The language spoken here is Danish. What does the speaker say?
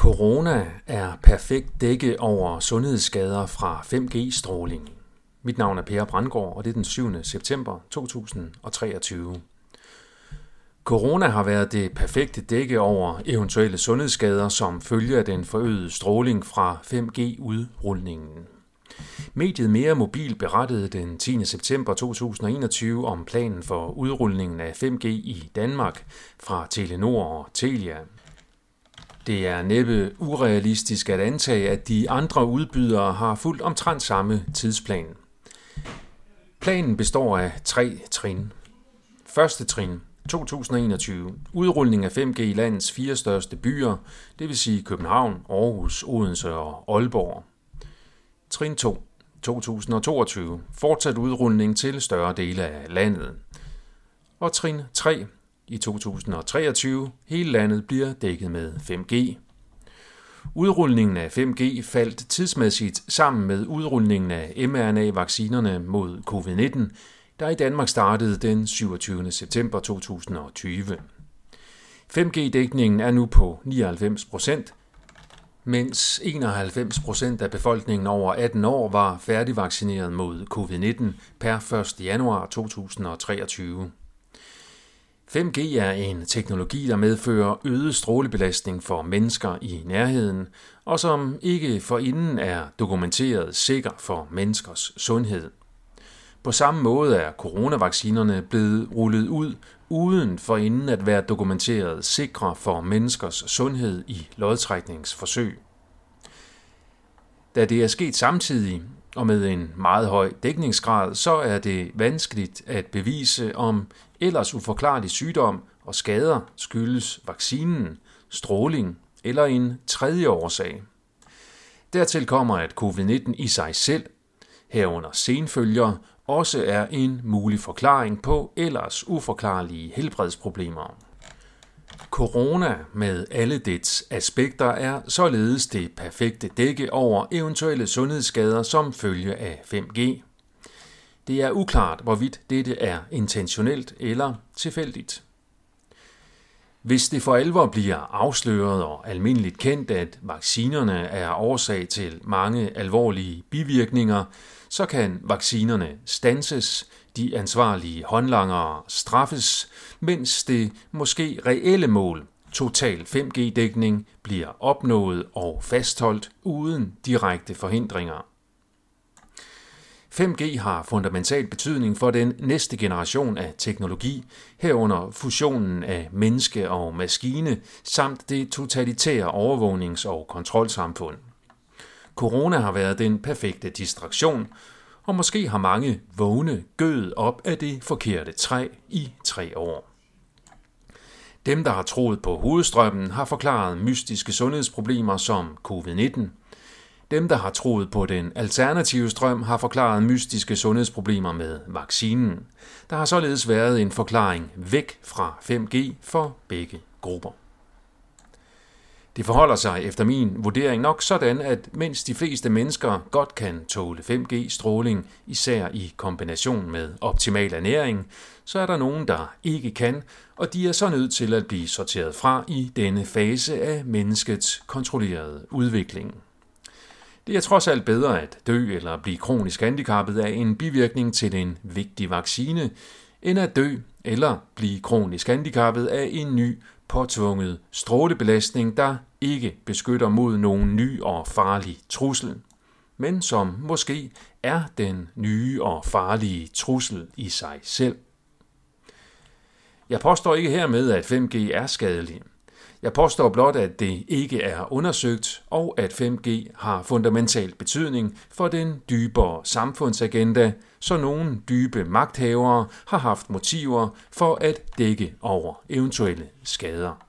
Corona er perfekt dække over sundhedsskader fra 5G-stråling. Mit navn er Per Brandgaard, og det er den 7. september 2023. Corona har været det perfekte dække over eventuelle sundhedsskader som følge af den forøgede stråling fra 5G-udrulningen. Mediet Mere Mobil berettede den 10. september 2021 om planen for udrulningen af 5G i Danmark fra Telenor og Telia. Det er næppe urealistisk at antage, at de andre udbydere har fulgt omtrent samme tidsplan. Planen består af 3 trin. Første trin, 2021. Udrulning af 5G i landets 4 største byer, det vil sige København, Aarhus, Odense og Aalborg. Trin 2, 2022. Fortsat udrulning til større dele af landet. Og trin 3, i 2023, hele landet bliver dækket med 5G. Udrulningen af 5G faldt tidsmæssigt sammen med udrulningen af mRNA-vaccinerne mod covid-19, der i Danmark startede den 27. september 2020. 5G-dækningen er nu på 99%, mens 91% af befolkningen over 18 år var færdigvaccineret mod covid-19 per 1. januar 2023. 5G er en teknologi, der medfører øget strålebelastning for mennesker i nærheden, og som ikke forinden er dokumenteret sikker for menneskers sundhed. På samme måde er coronavaccinerne blevet rullet ud, uden forinden at være dokumenteret sikre for menneskers sundhed i lodtrækningsforsøg. Da det er sket samtidig, og med en meget høj dækningsgrad, så er det vanskeligt at bevise, om ellers uforklarlig sygdom og skader skyldes vaccinen, stråling eller en tredje årsag. Dertil kommer, at covid-19 i sig selv, herunder senfølger, også er en mulig forklaring på ellers uforklarlige helbredsproblemer. Corona med alle dets aspekter er således det perfekte dække over eventuelle sundhedsskader som følge af 5G. Det er uklart, hvorvidt dette er intentionelt eller tilfældigt. Hvis det for alvor bliver afsløret og almindeligt kendt, at vaccinerne er årsag til mange alvorlige bivirkninger, så kan vaccinerne standses, de ansvarlige håndlangere straffes, mens det måske reelle mål, total 5G-dækning, bliver opnået og fastholdt uden direkte forhindringer. 5G har fundamental betydning for den næste generation af teknologi, herunder fusionen af menneske og maskine, samt det totalitære overvågnings- og kontrolsamfund. Corona har været den perfekte distraktion, og måske har mange vågne gøet op af det forkerte træ i 3 år. Dem, der har troet på hovedstrømmen, har forklaret mystiske sundhedsproblemer som covid-19. Dem, der har troet på den alternative strøm, har forklaret mystiske sundhedsproblemer med vaccinen. Der har således været en forklaring væk fra 5G for begge grupper. Det forholder sig efter min vurdering nok sådan, at mens de fleste mennesker godt kan tåle 5G-stråling, især i kombination med optimal ernæring, så er der nogen, der ikke kan, og de er så nødt til at blive sorteret fra i denne fase af menneskets kontrollerede udvikling. Det er trods alt bedre at dø eller blive kronisk handicappet af en bivirkning til en vigtig vaccine, end at dø eller blive kronisk handicappet af en ny påtvunget strålebelastning, der ikke beskytter mod nogen ny og farlig trussel, men som måske er den nye og farlige trussel i sig selv. Jeg påstår ikke hermed, at 5G er skadelig. Jeg påstår blot, at det ikke er undersøgt, og at 5G har fundamental betydning for den dybere samfundsagenda, så nogle dybe magthavere har haft motiver for at dække over eventuelle skader.